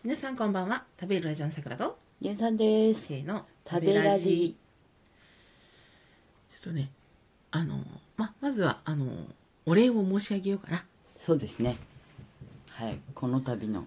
皆さんこんばんは。食べるラジオのさくらとゆうさんです。 せーの食べラジ。 ちょっとね、まずはお礼を申し上げようかな。 そうですね。はい、この度の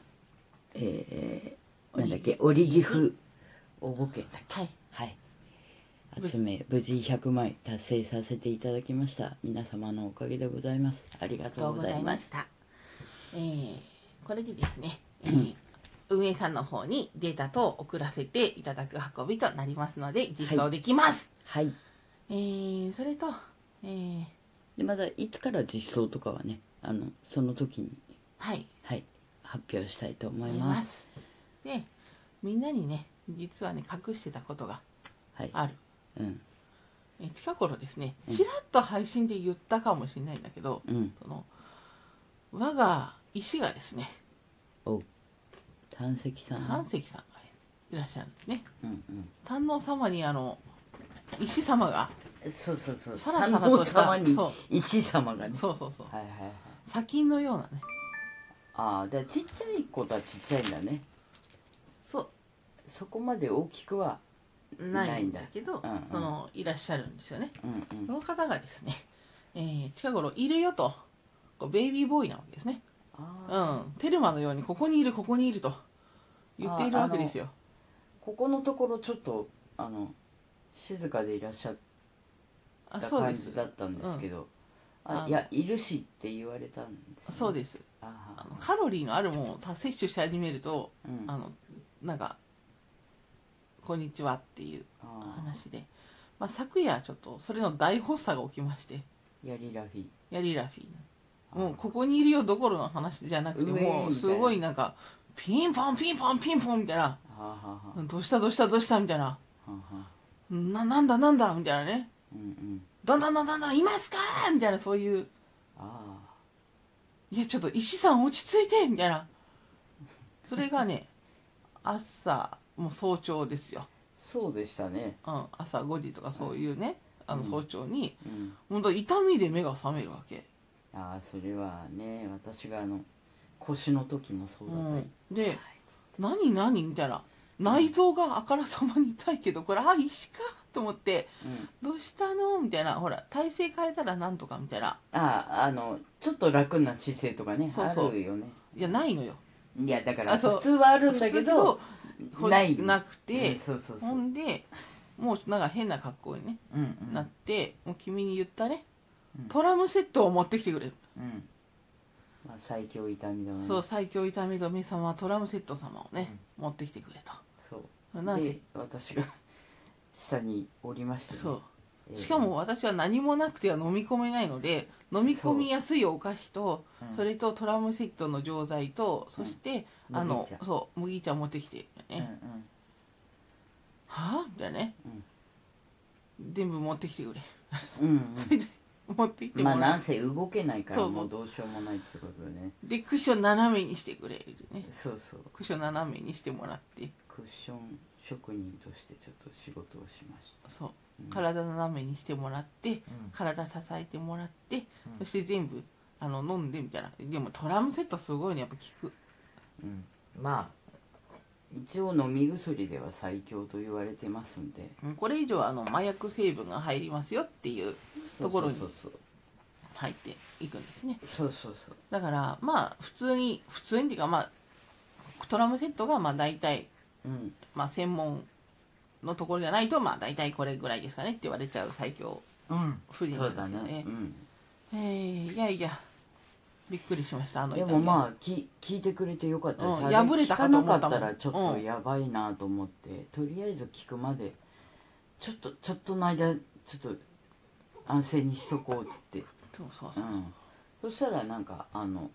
なんだっけ、折岐阜応募券だっけ。はい。集め無事100枚達成させていただきました。皆様のおかげでございます。ありがとうございました。 これでですね、運営さんの方にデータ等を送らせていただく運びとなりますので実装できます。 はい。 それと、 でまだいつから実装とかはね、その時にはい発表したいと思います。 で、みんなにね、実はね隠してたことがある。近頃ですね、ちらっと配信で言ったかもしれないんだけど、その我が石がですね、 胆石さんがいらっしゃるんですね。観音様に石様がそうさらさらとした石様がね、 砂金のようなね。 でちっちゃい子はちっちゃいんだね。そこまで大きくはないんだけど、いらっしゃるんですよね。その方がですね、近頃いるよと、ベイビーボーイなわけですね。テルマのようにここにいるここにいると言っているわけですよ。 ここのところちょっと静かでいらっしゃった感じだったんですけど、いやいるしって言われたんです、ね。 そうです。カロリーのあるものを摂取し始めると、なんかこんにちはっていう話で、昨夜ちょっとそれの大発作が起きまして、 ヤリラフィー、 もうここにいるよどころの話じゃなくて、もうすごいなんかピンポンピンポンピンポンみたいな、どうしたどうしたどうしたみたいな、なんだなんだみたいなね、どんどんいますかみたいな、そういう、いやちょっと石さん落ち着いてみたいな、それがね朝もう早朝ですよ。 そうでしたね。 朝5時とかそういうね、早朝に、本当痛みで目が覚めるわけ。 それはね、私が腰の時もそうだった。 で、何みたいな、内臓があからさまに痛いけど、これ石かと思って、どうしたのみたいな、ほら体勢変えたらなんとかみたいな。 ちょっと楽な姿勢とかね、あるよね。 いやないのよ。 いやだから普通はあるんだけどなくて、ほんでもうなんか変な格好に、ねなって、もう君に言ったね、トラムセットを持ってきてくれる。 最強痛み止め。 そう、最強痛み止め様、トラムセット様をね、持ってきてくれと。 そうで私が下におりましたね。 しかも私は何もなくては飲み込めないので、飲み込みやすいお菓子と、それとトラムセットの錠剤と、そして麦茶持ってきてね。はぁみたいなね、全部持ってきてくれ。それで持ってきてもらう。 なんせ動けないからもうどうしようもないってことでね。 でクッション斜めにしてくれるね。 そうクッション斜めにしてもらって、 クッション職人としてちょっと仕事をしました。 体斜めにしてもらって、体支えてもらって、そして全部飲んでみたいな。でもトラムセットすごいね、やっぱ効く。 一応飲み薬では最強と言われてますんで、 これ以上麻薬成分が入りますよっていうところに入っていくんですね。だから普通にっていうか、トラムセットが大体、専門のところじゃないと大体これぐらいですかねって言われちゃう最強不利なんですよね。いやびっくりしました。 でも聞いてくれてよかったです。 破れたかと思ったもん。 聞かなかったらちょっとやばいなと思って、とりあえず聞くまでちょっとの間ちょっと安静にしとこうっつって、そしたらなんか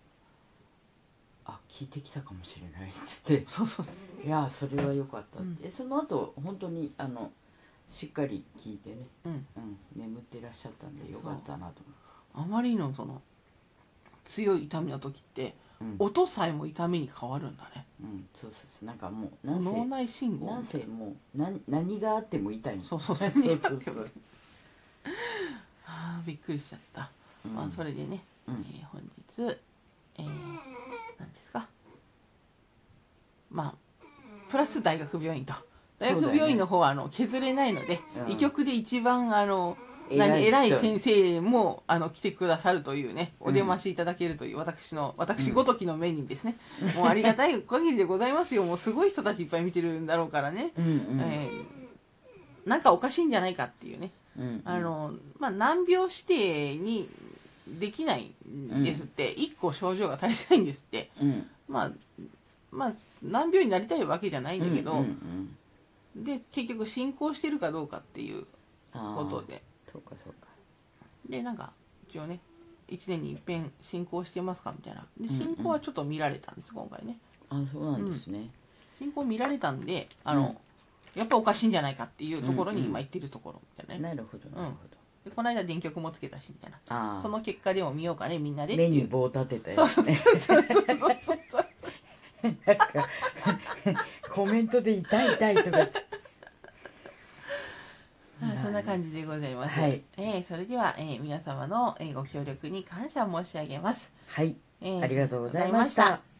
聞いてきたかもしれないっつって、いやそれはよかったって、その後本当にしっかり聞いてね、眠ってらっしゃったんでよかったなと思って。 あまりの強い痛みの時って、音さえも痛みに変わるんだね。 なんかもう脳内信号なんせもう何があっても痛い。 びっくりしちゃった。それでね、本日何ですか、 まあプラス大学病院と大学病院の方は削れないので、医局で一番偉い先生も来てくださるというね、お出ましいただけるという私ごときの目にですね、もうありがたい限りでございますよ。もうすごい人たちいっぱい見てるんだろうからね、なんかおかしいんじゃないかっていうね、まあ、難病指定にできないんですって、1個症状が足りないんですって、まあ難病になりたいわけじゃないんだけど、で結局進行してるかどうかっていうことで、でなんか一応ね1年に一遍進行してますかみたいなで、進行はちょっと見られたんです今回ね。 そうなんですね。 進行見られたんでやっぱおかしいんじゃないかっていうところに今行ってるところみたいなね。 なるほどなるほど。 でこの間電極もつけたしみたいな、その結果でも見ようかねみんなで目に棒立てたやつね。なんかコメントで痛い痛いとかそんな感じでございます。それでは、皆様のご協力に感謝申し上げます。 ありがとうございました。